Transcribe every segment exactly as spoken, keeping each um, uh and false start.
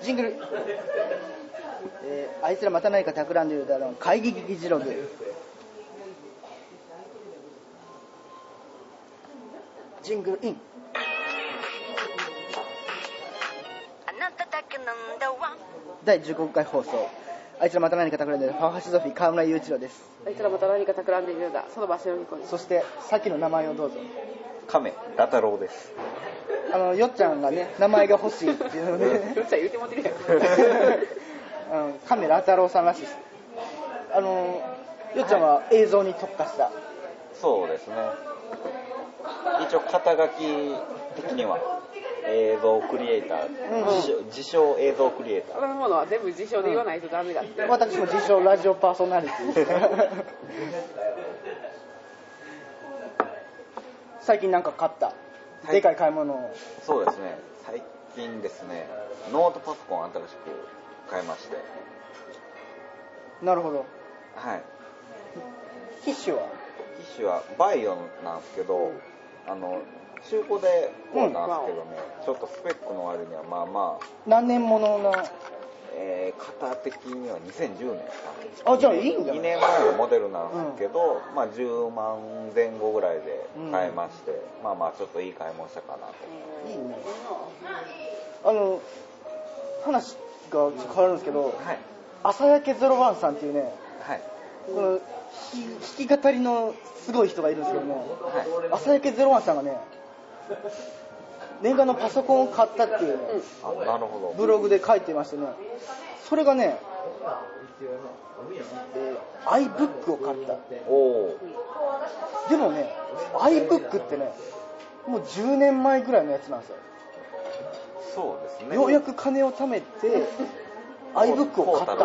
ジングル、えー、あいつらまた何か企んでいるだろう。会議議事録。ジングルイン。だいじゅうごかい放送。あいつらまた何か企んでいるファーハシゾフィー河村雄一郎です。 あいつらまた何か企んでいるようだその場所に来い。 そしてさっきの名前をどうぞ。 亀ラタロウです。 あのよっちゃんがね名前が欲しいっていうので、ね、 よっちゃん言うてもってるやんあの亀ラタロウさんらしいです。あのよっちゃんは映像に特化した、はい、 そうですね。一応肩書き的には映像クリエイター、うん、自称映像クリエイター。 そのものは全部自称で言わないとダメだって、 うん、私も自称ラジオパーソナリティです最近なんか買った、はい、でかい買い物を。 そうですね、最近ですねノートパソコン新しく買いまして。 なるほど。 はい。 機種は機種はバイオなんですけど、うん、あの中古で買ったんですけどね、うん、ちょっとスペックの割にはまあまあ。 何年ものの、 えー、型的にはにせんじゅうねんかな。あ、じゃあいいんだよ。 にねんまえのモデルなんですけど、うん、まあじゅうまんぜん後ぐらいで買いまして、うん、まあまあちょっといい買い物したかなと。 いいね。あの話が変わるんですけど、はい、朝焼けゼロワンさんっていうね、はい、この弾き語りのすごい人がいるんですけどね、はい、朝焼けゼロワンさんがね念願のパソコンを買ったっていう、ね、 うん、あ、なるほど。 ブログで書いてましてね、それがね、えー、iBook を買った。 おでもね iBook ってねもうじゅうねんまえぐらいのやつなんですよ。 そうですね。 ようやく金を貯めて iBook を買った。うん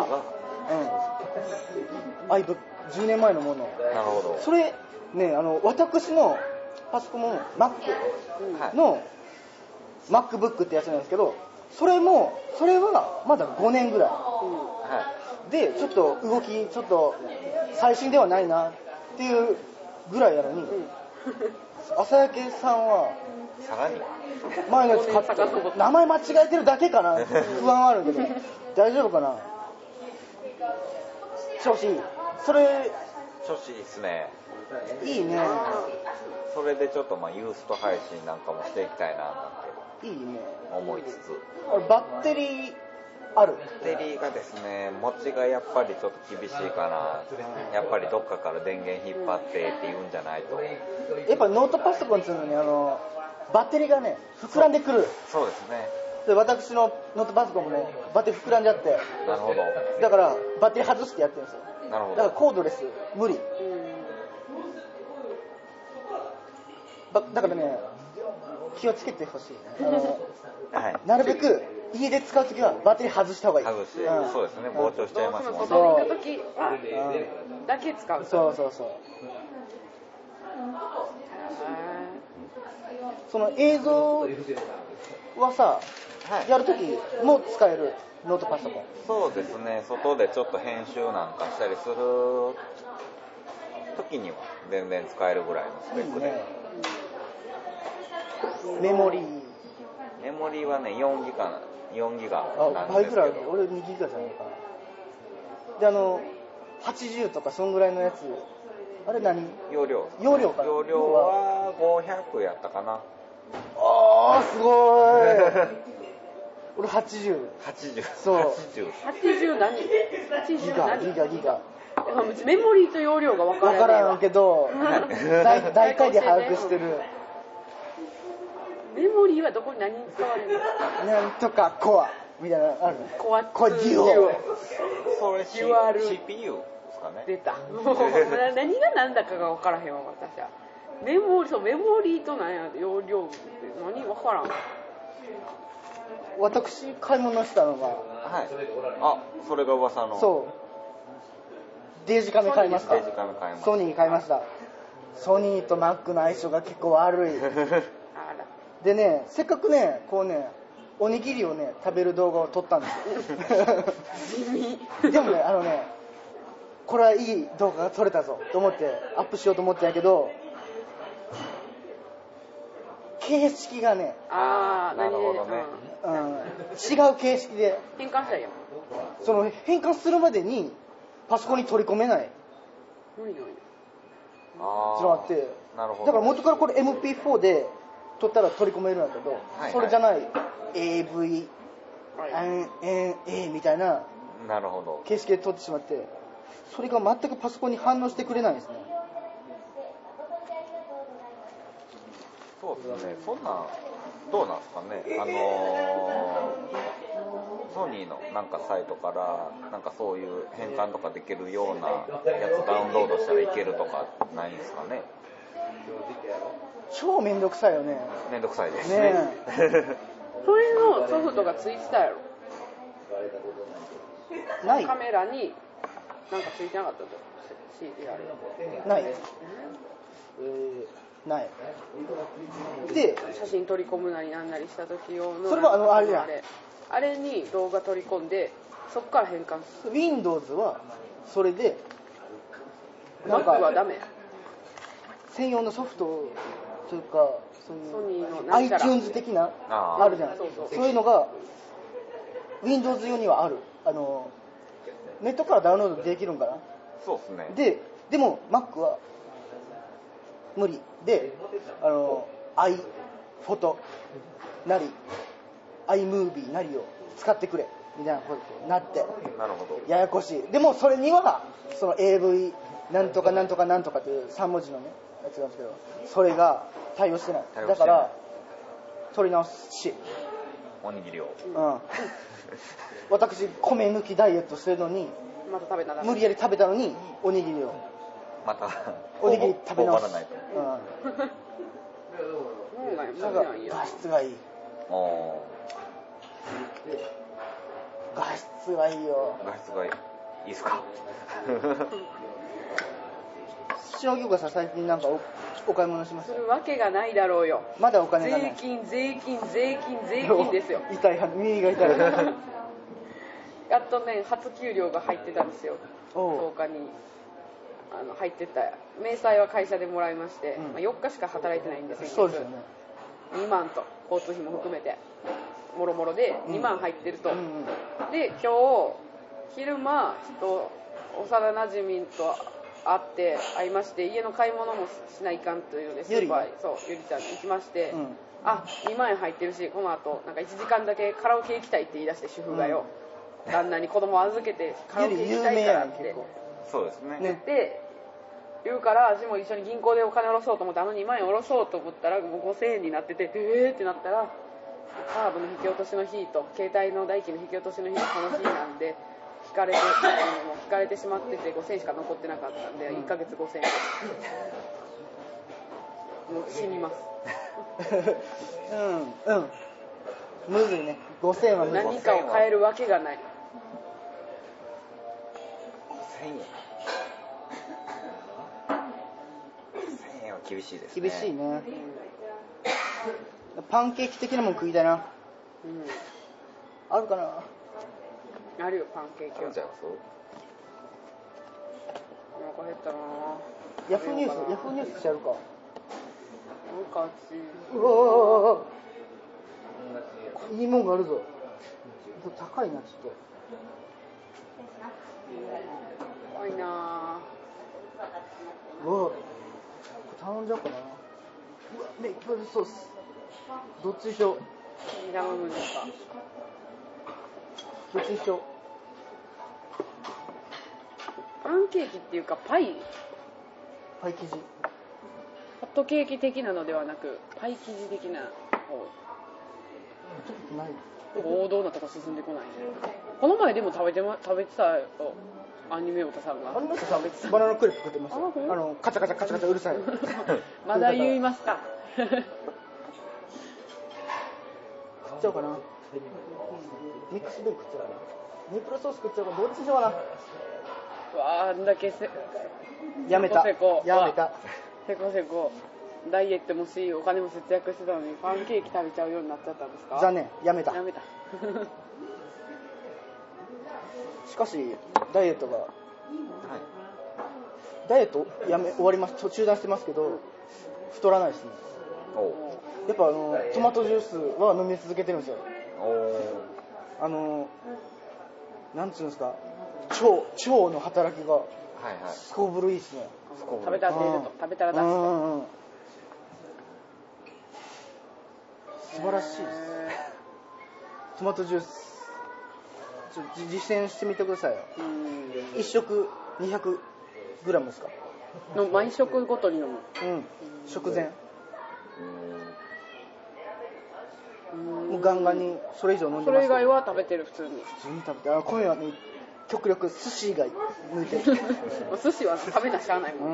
、iBook じゅうねんまえのもの。 なるほど。 それね、あの私のパソコンも Mac の、はい、MacBook ってやつなんですけど、それもそれはまだごねんぐらい、うん、はい、でちょっと動きちょっと最新ではないなっていうぐらいやのに、うん、朝焼けさんはさらに前のやつ買って名前間違えてるだけかな不安はあるけど大丈夫かな。調子いい。それ調子いいですね。 いいね。 それでちょっとまあユースト配信なんかもしていきたいななんていいね思いつつ。 バッテリーある？ バッテリーがですね、持ちがやっぱりちょっと厳しいかな。やっぱりどっかから電源引っ張ってって言うんじゃないと。 やっぱノートパソコンっていうのにあのバッテリーがね膨らんでくる。 そう、そうですね。 で私のノートパソコンもねバッテリー膨らんじゃって。 なるほど。 だからバッテリー外してやってるんですよ。 なるほど。 だからコードレス無理。だからね気をつけてほしいね。あの、はい、なるべく家で使うときはバッテリー外した方がいい。 外して、うん、そうですね。膨張しちゃいますもんね。 外に行くときだけ使う。 そうそうそう。その映像はさ、はい、やるときも使えるノートパソコン。 そうですね。外でちょっと編集なんかしたりするときには全然使えるぐらいのスペックで。いいね。 メモリーメモリーはねよんギガよんギガなんですけど、 倍ぐらい。俺にギガじゃないかな。であのはちじゅうとかそんぐらいのやつ、あれ何容量容量かな。 容量はごひゃくやったかな。 あーすごい俺はちじゅう。 はちじゅうそうはちじゅう何ギガギガギガメモリーと容量が分からない。 分からんけど大, 大体で把握してる。 メモリーはどこに何に使われるの？ なんとかコアみたいなのある。 コアコアデュオ。 それ シーピーユー ですかね。 出た。何が何だかが分からへんわ私は。メモリー、そうメモリーと何や容量って何分からん。 私買い物したのが、 はい。あ、それが噂の。 そう。デージカメ買いました。 デージカメ買いました。 ソニー買いました。ソニーとマックの相性が結構悪い。でね、せっかくね、こうね、おにぎりをね、食べる動画を撮ったんですよ。地味。でもね、あのね、これはいい動画が撮れたぞと思ってアップしようと思ったんやけど、 形式がね、 ああ、 なるほどね、 うん、違う形式で変換したらいいやん。 その変換するまでにパソコンに取り込めない無理ないよ。 あってのがあって、 なるほど。 だから元からこれ エムピーフォー で撮ったら取り込めるんだけど、 はいはい、 それじゃない エーブイ、 はい、 エンエーみたいななるほど形式で撮ってしまって、それが全くパソコンに反応してくれないんですね。 そうですね、そんなんどうなんですかね、あのー、ソニーのなんかサイトからなんかそういう変換とかできるようなやつダウンロードしたらいけるとかないんですかね。 超めんどくさいよね。 めんどくさいですね。 ねそれのソフトがついてたやろ。 ないカメラになんかついてなかったと シーディー あるない、えー、ないで写真取り込むなりなんなりした時用の、 それはあのあれやあれあれに動画取り込んでそこから変換する。 Windows はそれでなんか Mac はダメ。 専用のソフトというかそういうソニーのなんちゃら iTunes 的なああるじゃん。 そうそうそういうのが Windows 用にはある。あのネットからダウンロードできるんかな。 そうですね。 ででも Mac は無理で、あの iPhoto なり iMovie なりを使ってくれみたいなことになって、 なるほど。 ややこしい。でもそれにはその エーブイ なんとかなんとかなんとかというさん文字のねやつなんですけど、それが対応してない。 対応してない。 だから取り直し。 おにぎりを。 うん。私米抜きダイエットしてるのに、 また食べたら無理やり食べたのにおにぎりをまたおにぎり食べ直し。 らないと。 うん。 なんか画質がいい。 お画質がいいよ。 画質がいい。いいですか。 篠木岡さん最近なんか お, お買い物しましすた？ るわけがないだろうよ。 まだお金がない。 税金税金税金税金ですよ。 痛い、耳が痛い。 やっとね初給料が入ってたんですよ。 おうとおかにあの入ってた。明細は会社でもらいまして、 うんまあ、よっかしか働いてないんですよ。 そうですよね。 にまんと交通費も含めてもろもろでにまん入ってると、 うんうん、 で今日昼間ちょっと幼なじみと会って会いまして、家の買い物もしないかんというのでスーパーにそうゆりちゃんに行きまして、うん、あにまん円入ってるしこの後なんかいちじかんだけカラオケ行きたいって言い出して主婦がよ、うん、旦那に子供預けてカラオケ行きたいからってそうですね言って言うから、私も一緒に銀行でお金下ろそうと思って、あのにまん円下ろそうと思ったらもうごせんえんになってて、えーってなったらカードの引き落としの日と携帯の代金の引き落としの日がこの日なんで引かれて、もう引かれてしまっててごせんえんしか残ってなかったんで、いっかげつごせんえんもう死にますうんうんむずいね。ごせんえんはむずい。 何かを変えるわけがない。 ごせんえんごせんえんは厳しいですね。 厳しいね。パンケーキ的なもん食いたいな、うん、あるかな。 あるよパンケーキは。 あるんちゃいます？ お腹減ったな。 ヤフーニュースヤフーニュースしてやるか。 なんかあっちうわうわいいもんがあるぞ。高いなちょっと。 怖いな。 うわこれ頼んじゃおうかな。うわメイプルソースどっちにしよう。 頼むんですか。 どっちにしよう。 パンケーキっていうかパイパイ生地。 ホットケーキ的なのではなくパイ生地的な方。 ちょっとない。 王道なとこ進んでこないね。この前でも食べて、ま、食べてたよアニメオタさんが。 アニメオタさんバナナクレープ食ってましたよ。あのカチャカチャカチャカチャうるさいまだ言いますか食っちゃおうかな。ミックスベイク食っちゃおうかな。メープルソース食っちゃおうかな。どっちにしようかな。 うわあんだけせやめたせこせこやめたせこせこダイエットもしお金も節約してたのにパンケーキ食べちゃうようになっちゃったんですか。 残念やめたやめたしかしダイエットが、はい、ダイエットやめ終わります中断してますけど太らないですね。 おやっぱあのトマトジュースは飲み続けてるんですよ。あのなんつうんですか、腸腸の働きがすこぶるいいですね。 食べたら出ると、食べたら出すと、うんうん、 素晴らしいです。トマトジュースちょ実践してみてくださいよ。いっ食にひゃくグラムですかの毎食ごとに飲む、 うん、食前もうガンガンにそれ以上飲んでます。 それ以外は食べてる、普通に普通に食べて、あ今夜はね極力寿司以外抜いてる寿司は食べなしゃあないもん、うん、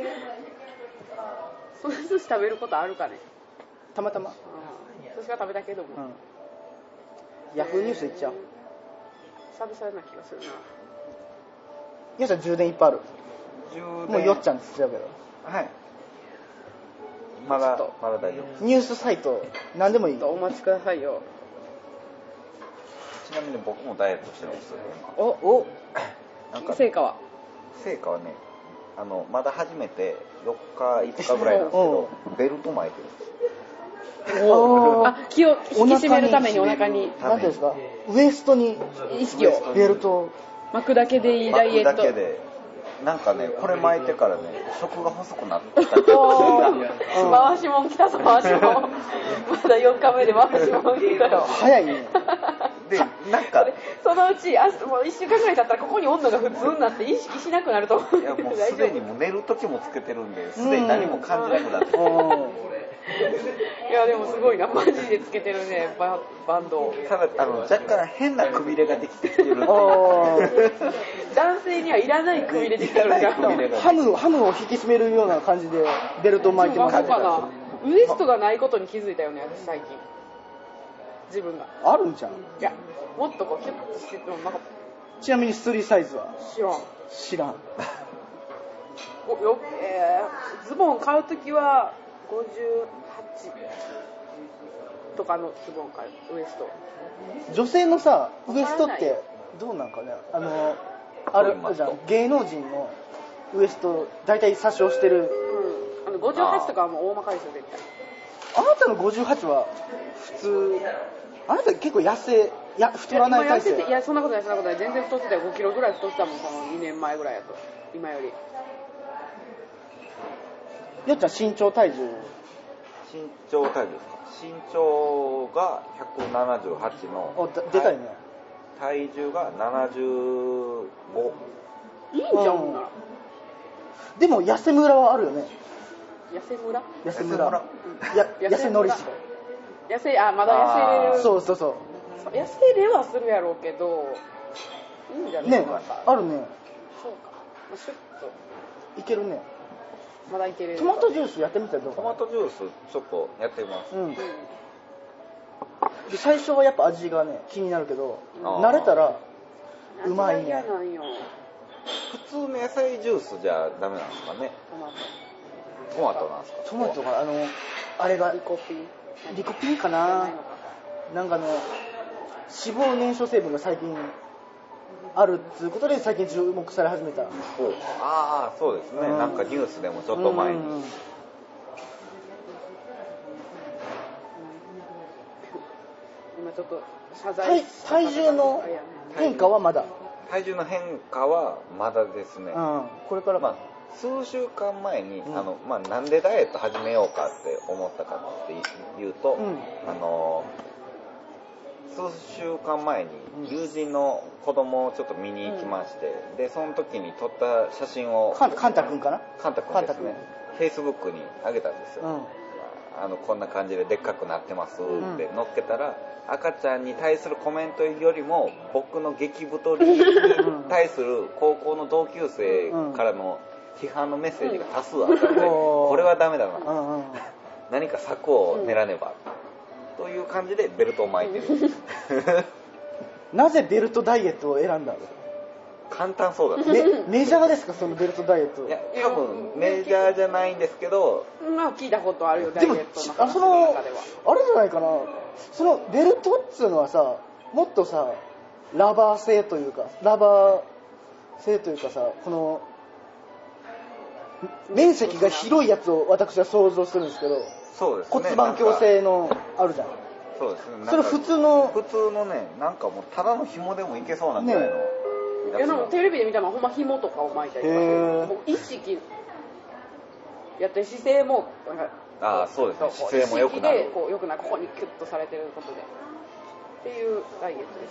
その寿司食べることあるかね。 たまたま、 寿司は食べたけども、 うん、ヤフーニュースいっちゃう。 久々な気がするな。 よっちゃん充電いっぱいある。もうよっちゃんって言っちゃうけど、 はい、まだまだ大丈夫。 ニュースサイト何でもいい。 お待ちくださいよ。 ちなみに僕もダイエットしてるんですよ今。おおなんか成果は成果はね、あのまだ始めてよっかいつかぐらいなんですけどベルト巻いてるんです。 おあ気を引き締めるためにお腹に何ていうんですか、ウエストに意識をベルト巻くだけでいいダイエット。 巻くだけでなんかね、これ巻いてからね、食が細くなった気が回しもん来たぞ、回しもんまだよっかめで回しもん来たよ。 早いね。 で、なんかそのうちあもういっしゅうかんぐらい経ったらここに温度が普通になって意識しなくなると思う。 いやもうすでにもう寝る時もつけてるんで、すでに何も感じなくなってきて、 いやでもすごいな、マジでつけてるね、バ, バンドを。 ただあの若干変なくびれができてきてる。 男性にはいらないくびれできてるじゃん。 ハムハムを引き締めるような感じでベルトを巻いてます。 かな。ウエストがないことに気づいたよね、私最近。自分があるんじゃん。いやもっとこうキュッとしててもなんか。 ちなみにスリーサイズは知らん知らんおよ、えー、ズボン買うときはごじゅうはちとかのズボン買う、ウエスト。 女性のさウエストってどうなんかね、あのあるじゃん、芸能人のウエスト大体詐称してる、 うん、あのごじゅうはちとかはもう大まかですよ絶対。 あなたのごじゅうはちは普通、あなた結構痩せや太らない体勢。 いやそんなことないそんなことない、全然太ってたよ。ごキロぐらい太ってたもん、このにねんまえぐらいやと今より。 よっちゃん身長体重身長体重ですか。身長がひゃくななじゅうはちのおでかいね、 体重がななじゅうご。 いいんじゃん、ほんなら。 でも痩せムラはあるよね。 痩せムラ痩せムラや痩せのりしろ痩せあまだ痩せれる。 そうそうそう、 痩せれはするやろうけどいいんじゃないね、あるね。 そうか、シュッといけるね。 まだいける。 トマトジュースやってみたらどうかな。 トマトジュースちょっとやってみます。 うん、で最初はやっぱ味がね気になるけど、慣れたらうまいね。 普通の野菜ジュースじゃダメなんですかね。トマトなんですか。 トマトがあのあれがリコピンリコピンかな、なんかね脂肪燃焼成分が最近あるっていうことで最近注目され始めた。 ああそうですね、うん、なんかニュースでもちょっと前に、うんうん、 今ちょっと謝罪体重の変化はまだ体重の変化はまだですね、 うん、これからまあ数週間前に、うん、あのまあ、なんでダイエット始めようかって思ったかっていうと、うん、あの数週間前に友人の子供をちょっと見に行きまして、うん、でその時に撮った写真をカンタ君かなカンタ君ですね、フェイスブックに上げたんですよ、うん、あのこんな感じででっかくなってますって載っけたら、うん、赤ちゃんに対するコメントよりも僕の激太りに対する高校の同級生からの批判のメッセージが多数あったので、これはダメだな、うんうん、何か策を練らねば、うん、という感じでベルトを巻いてるなぜベルトダイエットを選んだの？ 簡単そうだね。メジャーですかそのベルトダイエット？ いや多分メジャーじゃないんですけど、 まあ聞いたことあるよダイエットの話の中では。 そのあれじゃないかな、そのベルトっつうのはさ、もっとさラバー製というかラバー製というかさ、この面積が広いやつを私は想像するんですけど、 そうですね、 骨盤矯正のあるじゃん。 そうですね。 それ普通の普通のね、なんかもうただの紐でもいけそうなぐらいの、ね、 いやでもテレビで見たのはほんま紐とかを巻いたりとかして、もう意識やってる姿勢もなんか、 ああそうですね、姿勢も良くなる。 意識でこう良くなる、ここにキュッとされてることでっていうダイエットです。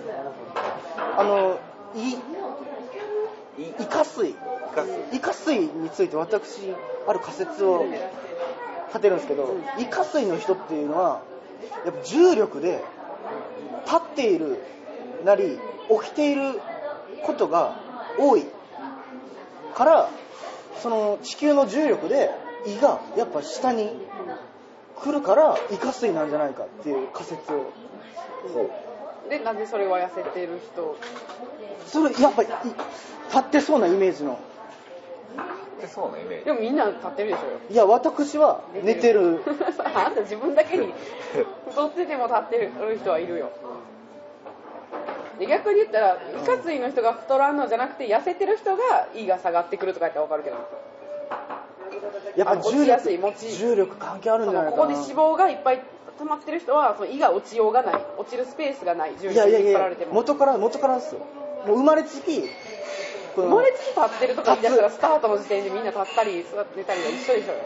あのいイカ水イカ水について私ある仮説を立てるんですけど、うん、イカ水の人っていうのはやっぱ重力で立っているなり起きていることが多いからその地球の重力で胃がやっぱ下に来るからイカ水なんじゃないかっていう仮説を、 うん、でなぜそれは痩せてる人それやっぱり立ってそうなイメージの立ってそうなイメージでもみんな立ってるでしょ。 いや私は寝てるあんた自分だけに太ってても立ってる人はいるよ。で逆に言ったらイカ水の人が太らんのじゃなくて痩せてる人が胃が下がってくるとか言ったら分かるけど、 やっぱ重力重力関係あるんじゃないかな。 ここで脂肪がいっぱい溜まってる人はその胃が落ちようがない、落ちるスペースがない、重力に引っ張られても。 いやいやいや元から元からですよ。もう生まれつき生まれつき立ってるとか言い出したらスタートの時点でみんな立ったり座って寝たりが一緒でしょ。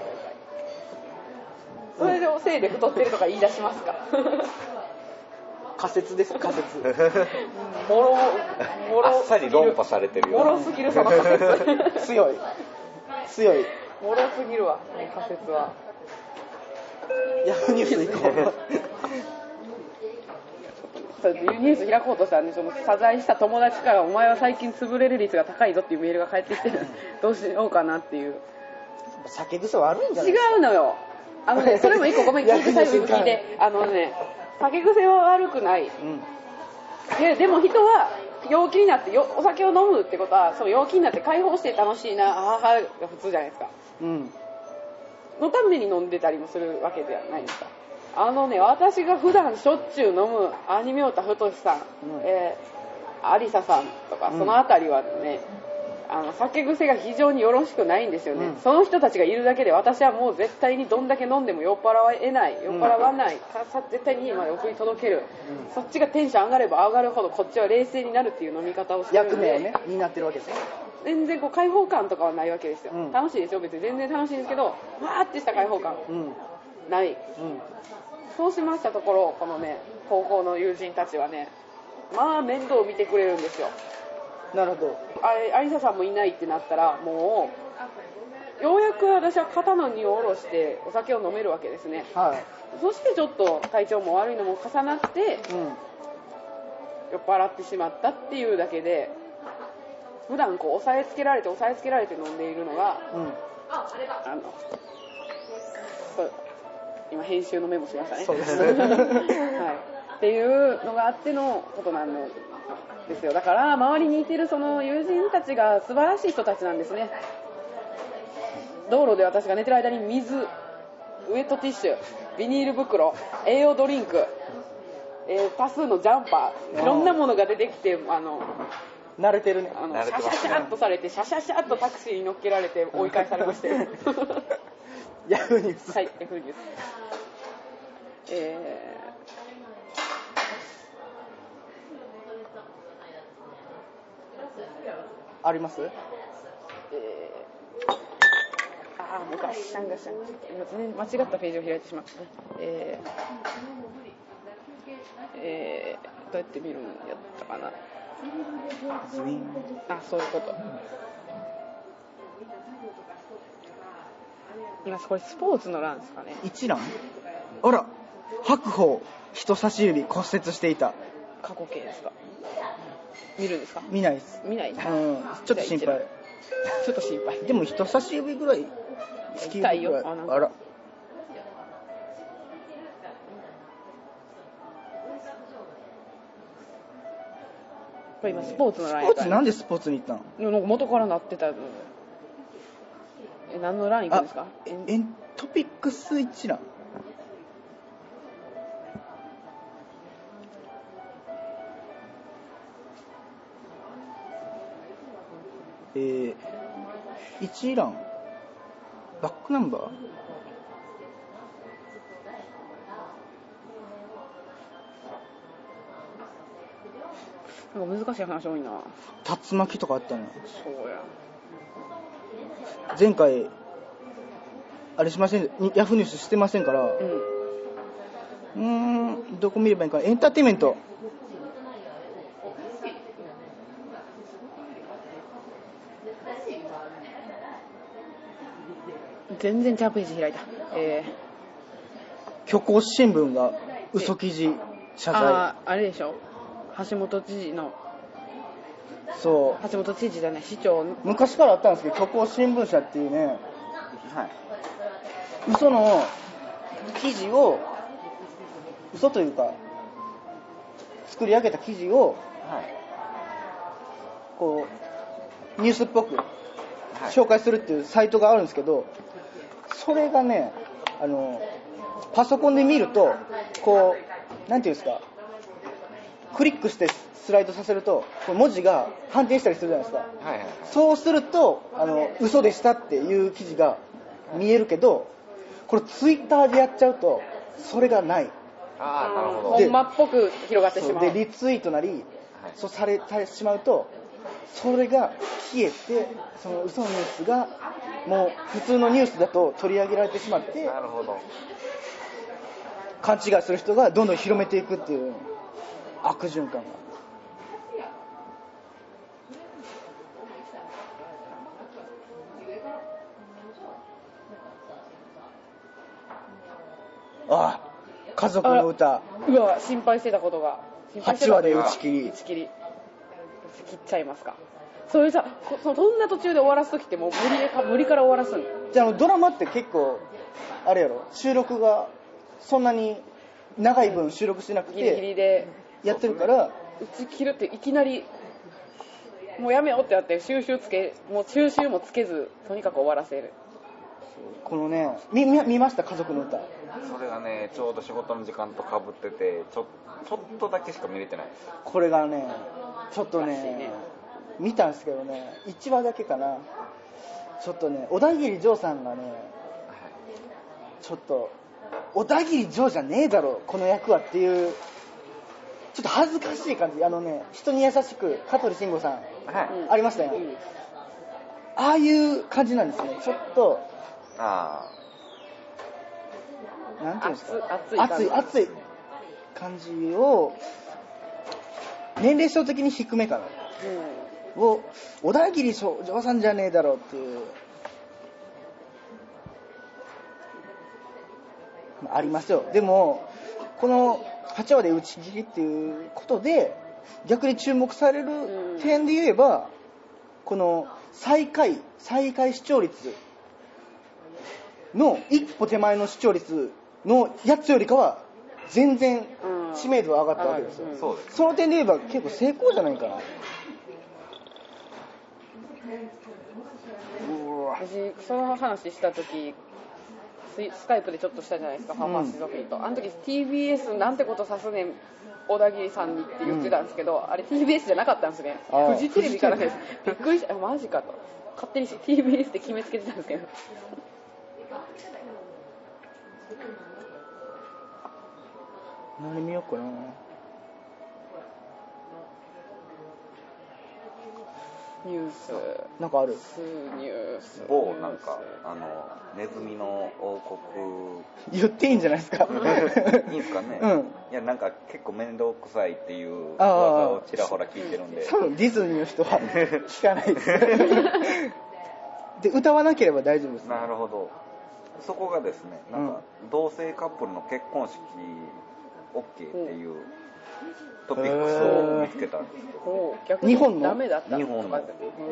それのせいで太ってるとか言い出しますか。 仮説です仮説。 もろもろあっさり論破されてるよ。 もろすぎるその仮説。 強い強い。 もろすぎるわ仮説は。 ヤフーニュース行こう。 ニュース開こうとしたらね、その謝罪した友達からお前は最近潰れる率が高いぞっていうメールが返ってきてどうしようかなっていう。 酒癖悪いんじゃないですか。違うのよ。あのね、それも一個ごめん聞いて最後に聞いて、あのね酒癖は悪くない、うん、で, でも人は陽気になってよお酒を飲むってことはその陽気になって解放して楽しいなあーはーが普通じゃないですか、うん、のために飲んでたりもするわけではないですか。あのね私が普段しょっちゅう飲むアニメオタフトシさん、うんえー、アリサさんとかそのあたりはね、うん、あの酒癖が非常によろしくないんですよね、うん、その人たちがいるだけで私はもう絶対にどんだけ飲んでも酔っ払えない酔っ払わない、うん、絶対に家まで送り届ける、うん、そっちがテンション上がれば上がるほどこっちは冷静になるっていう飲み方をしてるんで役目をねになってるわけですね。 全然こう開放感とかはないわけですよ、うん、楽しいですよ別に全然楽しいんですけどわーってした開放感、うん、ない、うん、そうしましたところこのね高校の友人たちはねまあ面倒を見てくれるんですよ。 なるほど。 ありささんもいないってなったらもうようやく私は肩の荷を下ろしてお酒を飲めるわけですね、はい、そしてちょっと体調も悪いのも重なって、うん、酔っ払ってしまったっていうだけで普段こう押さえつけられて押さえつけられて飲んでいるのが、うん、あの今編集のメモしましたね。そうですね、はい、っていうのがあってのことなんですよ。だから周りにいてるその友人たちが素晴らしい人たちなんですね。道路で私が寝てる間に水、ウエットティッシュ、ビニール袋、栄養ドリンク、えー、多数のジャンパー、いろんなものが出てきてあの慣れてるね。 あのシャシャシャっとされてシャシャシャっとタクシーに乗っけられて追い返されましてヤフーニュース。 はいヤフーニュース。えーあります？えー、 ああもうガッシャンガッシャン今間違ったページを開いてしまった。えー、えー、どうやって見るんやったかな。あ、そういうこと。今これスポーツの欄ですかね。 一覧？あら、白鵬人差し指骨折していた。 過去形ですか。見るんですか？ 見ないです。 見ないです。 うん、ちょっと心配。 ちょっと心配。 でも人差し指ぐらい好きよ。 あら。 これ今スポーツの欄やから。 スポーツなんでスポーツに行ったの？ なんか元からなってた。え、何の欄行くんですか？ エントピックス一覧。えー、一覧バックナンバーなんか難しい話多いな。 竜巻とかあったの。 そうや。 前回あれしません、ヤフーニュースしてませんから。うん。うーん、どこ見ればいいか。エンターテインメント。 全然チャーページ開いた。えー、虚構新聞が嘘記事謝罪。 ああ、あれでしょ。橋本知事の。 そう。 橋本知事じゃない、市長。 昔からあったんですけど、虚構新聞社っていうね、はい、嘘の記事を、嘘というか、作り上げた記事を、はい、こう、ニュースっぽく紹介するっていうサイトがあるんですけど、それがね、あの、パソコンで見ると、こう、なんていうんですか、クリックしてスライドさせると、文字が反転したりするじゃないですか。はいはいはい、そうすると、あの、嘘でしたっていう記事が見えるけど、これツイッターでやっちゃうと、それがない。 ああ、なるほど。ほんまっぽく広がってしまう。 で、リツイートなり、はい、そうされてしまうと、それが消えて、その嘘のニュースが、もう普通のニュースだと取り上げられてしまって、なるほど。勘違いする人がどんどん広めていくっていう悪循環が。ああ、家族の歌。 うわ、心配してたことが。 はちわで打ち切り。 打ち切り。切っちゃいますか。そういうさ、そのどんな途中で終わらすときってもう無理でか無理から終わらすん。 じゃあドラマって結構あれやろ、収録がそんなに長い分収録しなくてギリギリでやってるから、 打ち切るっていきなりもうやめようってやって収集つけもう収集もつけずとにかく終わらせる。 このね、見, 見ました家族の歌。 それがね、ちょうど仕事の時間とかぶっててちょちょっとだけしか見れてないです。 これがね、ちょっと ね, ね見たんですけどね、いちわだけかな。ちょっとね、小田切丈さんがね、はい、ちょっと小田切丈じゃねえだろこの役はっていう、ちょっと恥ずかしい感じ。あのね、人に優しく香取慎吾さん、はい、ありましたよ、ね、うん、ああいう感じなんですね。ちょっとあなんていうんですか、熱い熱い感じを、年齢層的に低めかな、うん、を小田切丈さんじゃねえだろうっていうありますよ。でもこのはちわで打ち切りっていうことで逆に注目される点で言えば、うん、この最下位最下位視聴率の一歩手前の視聴率のやつよりかは全然知名度は上がったわけですよ、うん、そうです。その点で言えば結構成功じゃないかな。 私その話した時スカイプでちょっとしたじゃないですか、ファンファーシゾフィーと、うん、あの時 ティービーエス なんてことさすねん小田切さんにって言ってたんですけど、うん、あれ ティービーエス じゃなかったんですね。フジテレビからです。びっくりした。マジかと勝手に ティービーエス って決めつけてたんですけど何見ようかな。 ニュースなんかある。 ニュース某なんかあのネズミの王国言っていいんじゃないですか。 いいんですかね、うん、いやなんか結構面倒くさいっていう噂をちらほら聞いてるんで、 多分ディズニーの人は聞かないですで歌わなければ大丈夫です、ね、 なるほど。そこがですね、なんか同性カップルの結婚式 OK っていうトピックスを見つけたんですけど、 逆にダメだった。 日本の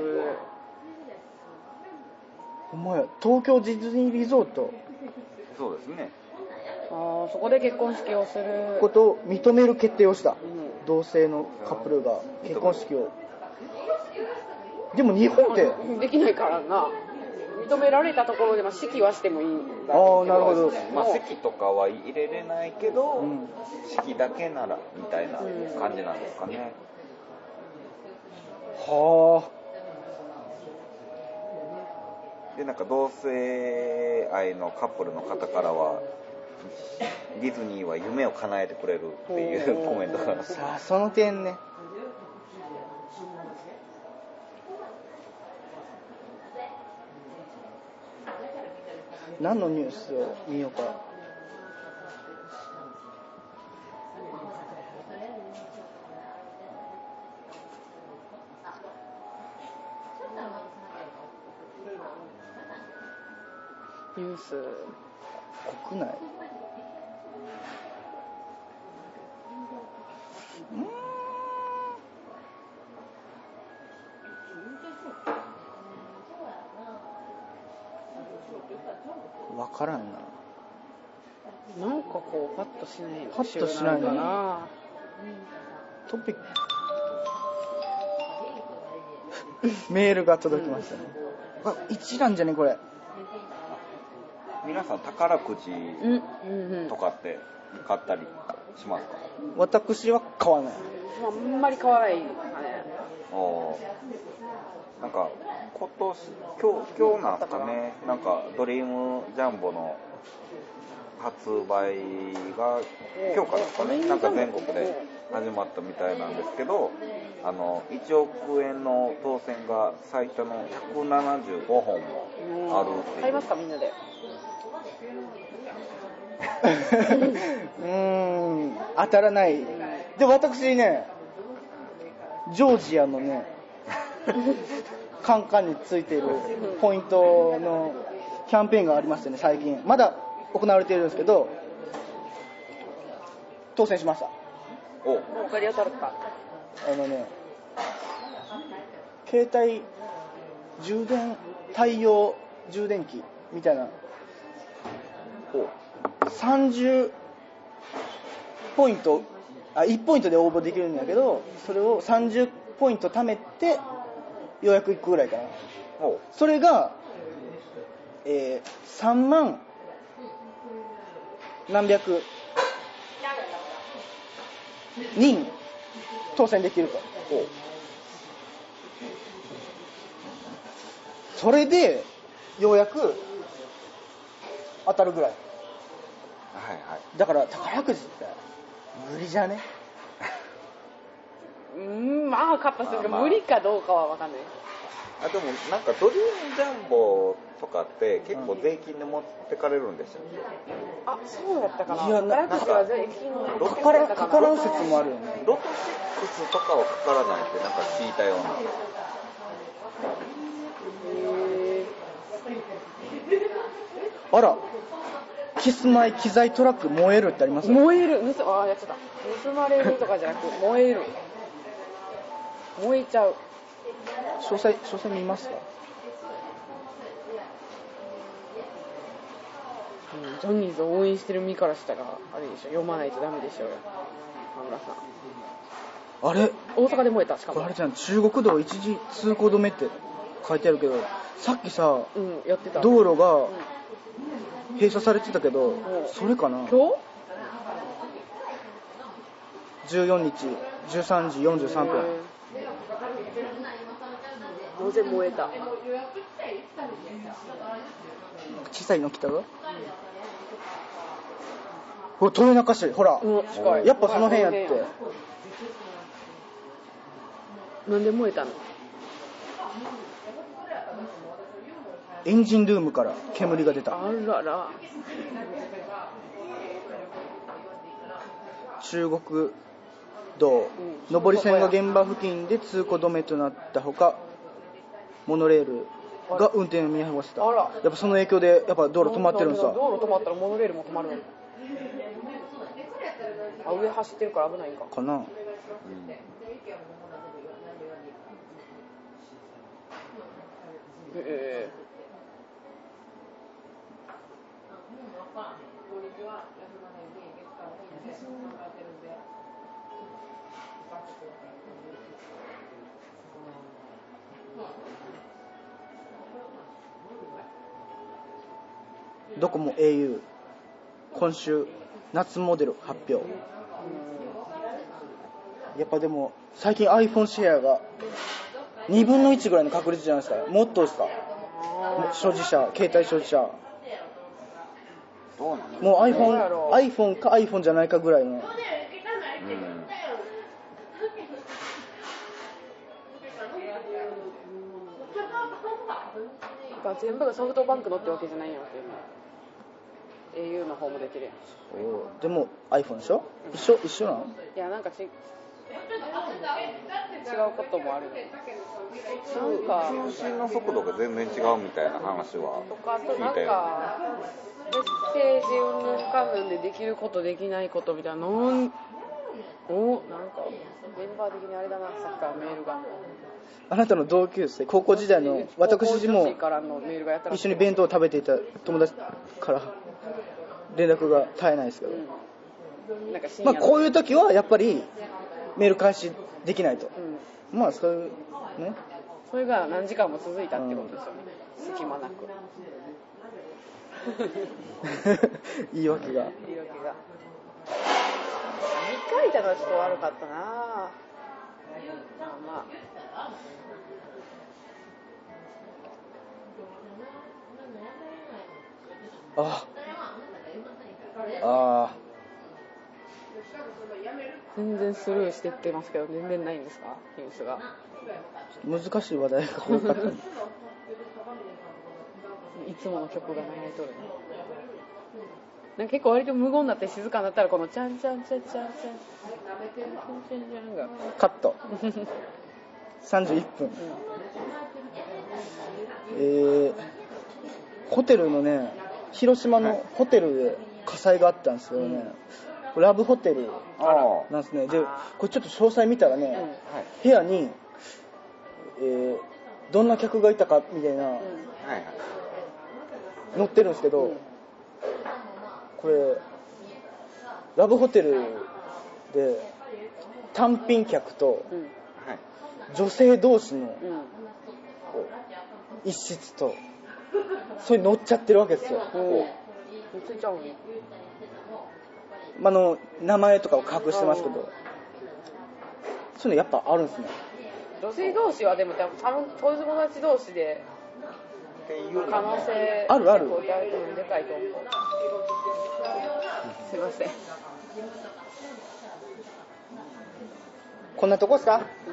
お前東京ディズニーリゾート、 そうですね、 あそこで結婚式をすることを認める決定をした、うん、同性のカップルが結婚式を。でも日本ってできないからな。認められたところで、まあ、式はしてもいいんだけど、 ああなるほど、 まあ、席とかは入れれないけど、うん、式だけならみたいな感じなんですかね、 うん、はあ。でなんか同性愛のカップルの方からはディズニーは夢を叶えてくれるっていうコメントがさあその点ね、 何のニュースを見ようか。 ニュース国内わからんな。 なんかこうパッとしないパッとしないかな。 トピックメールが届きましたね。うん、あ、一覧じゃねこれ。 皆さん宝くじとかって買ったりしますか？ 私は買わない。 あんまり買わないですかね。 おなんか今年今日今日なんですかね。なんかドリームジャンボの発売が今日からですかね。なんか全国で始まったみたいなんですけど、あのいちおくえんの当選が最多のひゃくななじゅうごほんもあるっていう。 買いますかみんなで？ うーん、当たらない。で私ね、ジョージアのねカンカンについているポイントのキャンペーンがありましてね、最近まだ行われているんですけど、当選しました。 お、 お金当たるか。 あのね、携帯充電対応充電器みたいなさんじゅうポイント、あいちポイントで応募できるんだけど、それをさんじゅうポイント貯めてようやくいっこぐらいかな。それが、えー、さんまん何百人当選できると。それでようやく当たるぐらい。 はいはい。 だから宝くじって無理じゃね？ うーん、まあ買った人が無理かどうかは分かんない。 あ、でもなんかドリームジャンボとかって結構税金で持ってかれるんですよ。 あ、そうやったかな。 いやな宝くじは税金かからかからん説もあるよね。 ロトシックスとかはかからないってなんか聞いたような。 へあら、キスマイ機材トラック燃えるってあります？ 燃える、盗あやってた。盗まれるとかじゃなく燃える。燃えちゃう。 詳細詳細見ますか？ うん、ジャニーズを応援してる身からしたらあれでしょ、読まないとダメでしょうよ、河村さん。 あれ、 大阪で燃えた。しかもこれあれじゃん、中国道一時通行止めって書いてあるけど、さっきさ、 うん、やってた。 道路がうん閉鎖されてたけど、それかな？ 今日じゅうよっかじゅうさんじよんじゅうさんぷん。 当然燃えた。 小さいの来たぞ。ほら、豊中市、ほら、 うん、近い。 やっぱその辺やって。 なんで燃えたの？ エンジンルームから煙が出た。 あらら。 中国道、うん、上り線が現場付近で通行止めとなったほか、モノレールが運転を見合わせた。やっぱその影響でやっぱ道路止まってるんですわ。 道路止まったらモノレールも止まるの？あ、上走ってるから危ないんか。 かな。うん、 えードコモ エーユー 今週夏モデル発表。やっぱでも最近 iPhone シェアがにぶんのいちぐらいの確率じゃないですか。もっとですか、所持者、携帯所持者。もう iPhone、iPhone か iPhone じゃないかぐらいの。うん、 全部がソフトバンクのってわけじゃないんやろけど。 エーユー の方も出てるやん。 おでも iPhone でしょ、うん、一緒一緒なの？ いやなんかち違うこともあるね。なんか通信の速度が全然違うみたいな話はとかあとなんかメッセージうんぬんかんぬんでできることできないことみたいなのおなんかメンバー的にあれだな、さっきからメールが。 あなたの同級生、高校時代の私も一緒に弁当を食べていた友達から連絡が絶えないですけど、うん、なんかまあこういう時はやっぱりメール開始できないと、うん、まあそういうね、 それが何時間も続いたってことですよね、うん、隙間なく言い訳が言い訳がみっかいたのはちょっと悪かったな。まあまあああ全然スルーしてってますけど全然ないんですか、ニュースが。 難しい話題が多かったいつもの曲が流れとるね。なんか結構割と無言になって静かになったらこのチャンチャンチャンチャンチャンチャンチャンがカットさんじゅういっぷん、うん、えー、ホテルのね、広島のホテルで火災があったんですよね、うん、ラブホテルなんですね。でこれちょっと詳細見たらね、うん、部屋に、えー、どんな客がいたかみたいな、うん、載ってるんですけど、うん、これラブホテルで単品客と女性同士の一室とそれ乗っちゃってるわけですよ。乗っちゃうね。あの名前とかを隠してますけど、そういうのやっぱあるんですね。 女性同士はでも多分友達同士で可能性あるある。 でかいと思う。すいません。 こんなとこですか？うん。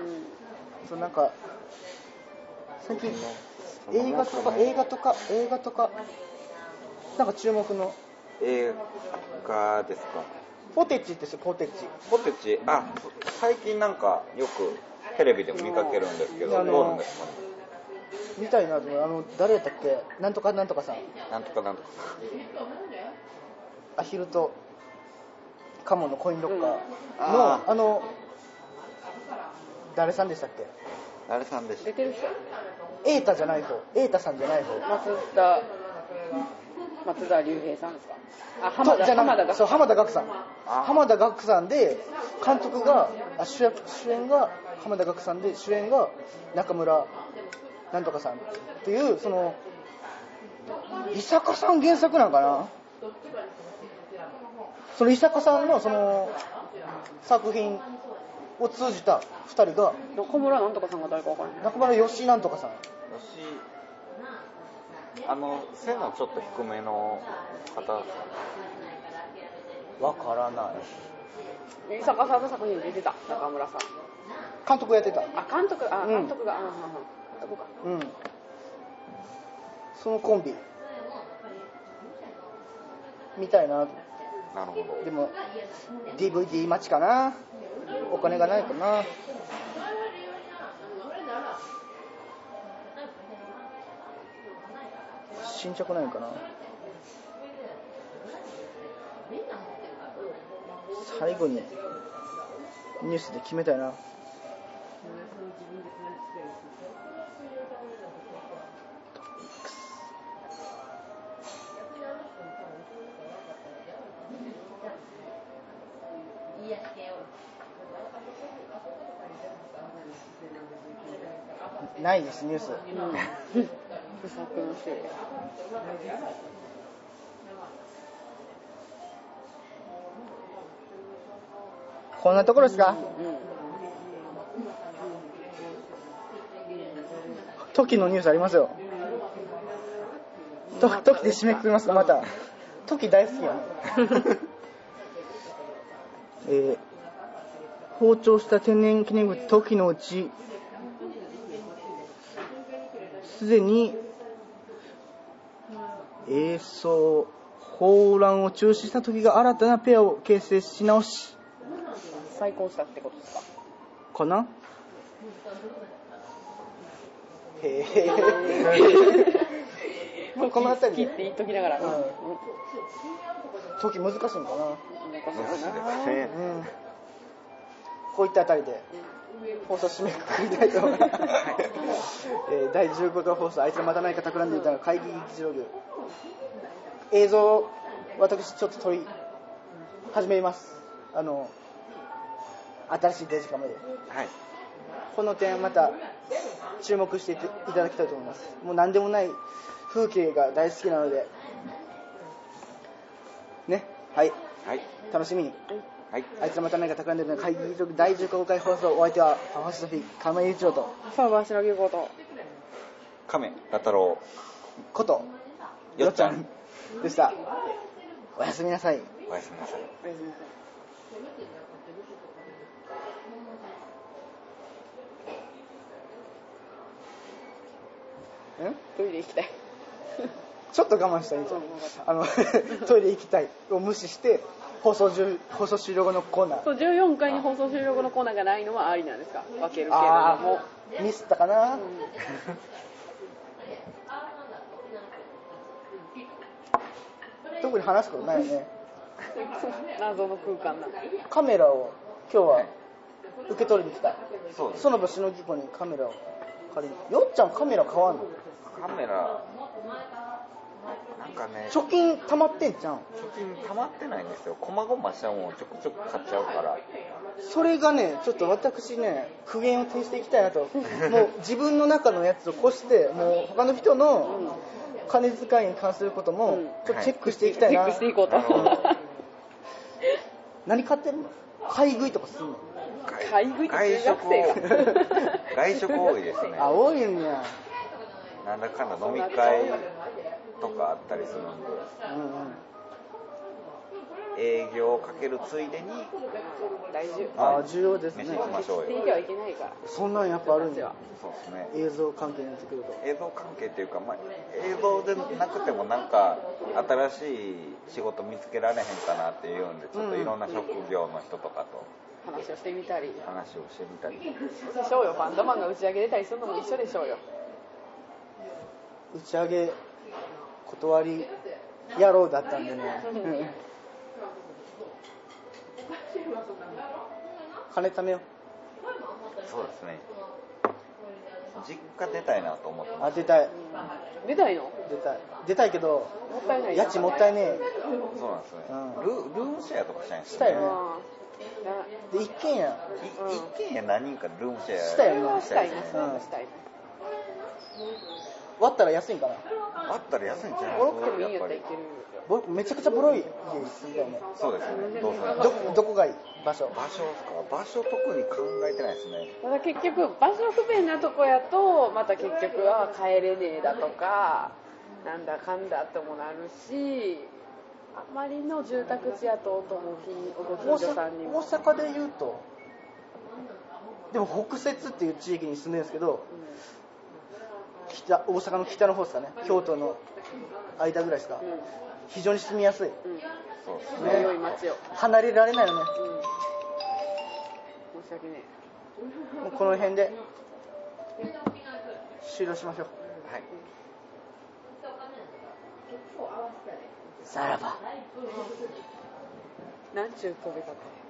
そうなんか最近映画とか映画とか映画とかなんか注目の映画ですか？ ポテチですよ、ポテチ。 ポテチ、あ、最近なんかよくテレビでも見かけるんですけど、どうなんですかね。 見たいなと思う。あの誰やったっけ？なんとかなんとかさん。 なんとかなんとかアヒルとカモのコインロッカーの、うん、あ, あの誰さんでしたっけ？ 誰さんでした？ 出てる人。 エータじゃない方、エータさんじゃない方。 松田松田龍平さんですか？あ、浜田浜田岳そう浜田岳さん。浜田岳さんで監督があ 主, 役主演が浜田岳さんで主演が中村なんとかさんっていうその伊坂さん原作なんかな。その伊坂さんのその作品を通じたふたりが中村なんとかさんが誰か分からない。 中村吉なんとかさん。 吉あの背のちょっと低めの方。 わからない。 伊坂さんの作品に出てた中村さん。 監督やってた。 あ監督あ監督が、うん、ああか。 うん。そのコンビみたいな。 なるほど。 でも ディーブイディー 待ちかな。お金がないかな。新着ないかな。最後にニュースで決めたいな。ないですニュース。うん不作のせい。こんなところですか？うんうん、時のニュースありますよ。と時で締めくくりますかまた。時大好きやね。えー、包丁した天然記念物時のうちすでに映像ホーランを中止した時が新たなペアを形成し直し再婚したってことですかかな。へえこの辺りで切って言っときながら、うん、 時難しいんかな。難しいな、 うん、こういったあたりで放送締めくくりたいと思います、えー、だいじゅうごかい放送あいつらまた何か企んでいたの会議議事録映像私ちょっと撮り始めます。あの新しいデジカメで、はい、この点また注目していただきたいと思います。もう何でもない風景が大好きなのでね、はい、はい、楽しみに、はい、あいつらまた何か企んでいるの会議議事録だいじゅうごかい放送、お相手はファーストフィー亀井一郎とさあ橋野牛子と亀田太郎ことよっちゃんでした。おやすみなさい。 おやすみなさい。 おやすみなさい。 んトイレ行きたいちょっと我慢したいんですよ。あのトイレ行きたいを無視して放送放送終了後のコーナー。 そうじゅうよんかいに放送終了後のコーナーがないのはありなんですか。分けるけれどもミスったかな、うん、特に話すことないよね謎の空間な。 カメラを今日は受け取りに来た。 そうです。 その場しのぎこにカメラを借りに。よっちゃんカメラ買わんの？ カメラなんかね、 貯金溜まってんじゃん。貯金溜まってないんですよ。こまごましたもんをちょくちょく買っちゃうから。 それがね、ちょっと私ね、苦言を呈していきたいなと。もう自分の中のやつを越して、もう他の人の金遣いに関することもちょっとチェックしていきたいな。 チェックしていこうと。 何買ってるの？買い食いとかするの？ 買い食いって中学生が。 外食多いですね。 あ、多いんや。 なんだかんだ飲み会とかあったりするんで、うんうん、営業をかけるついでに大事。 あ、重要ですね。 飯行きましょうよ。 していてはいけないから。 そんなんやっぱあるんだ。 そうですね。 映像関係になってくると。 映像関係っていうか、まあ、映像でなくてもなんか新しい仕事見つけられへんかなっていうんで、ちょっといろんな職業の人とかと話をしてみたり。 話をしてみたり。 でしょうよ。バンドマンが打ち上げ出たりするのも一緒でしょうよ。 打ち上げ断り野郎だったんでね金貯めよう。 そうですね。実家出たいなと思ってます。あ、出たい。 出たいの？ 出たい。出たいけどもったいない。 家賃もったいねえ。 そうなんですね、うん、ル, ルームシェアとかしたいんですよね。したよね。で一軒家、 一軒家何人かルームシェアしたよね。 したいね。したいね。 割ったら安いんかな。 割ったら安いんじゃない？ ボロくてもいいやったらいける。 めちゃくちゃボロい家に住んだよね。 そうですね。どうする？ どどこがいい？場所。 場所ですか。場所特に考えてないですね。 ただ結局場所不便なとこやとまた結局は帰れねえだとかなんだかんだともなるし、あまりの住宅地やとご近所さんにも。 大阪で言うと、でも北摂っていう地域に住んでるんですけど。うん、北大阪の北の方ですかね、京都の間ぐらいですか、うん、非常に住みやすい、うん、 そうですね、良い街を離れられないよね、 うん、申し訳ねえ。もうこの辺で終了しましょう。はい、さらばなんちゅう飛び方。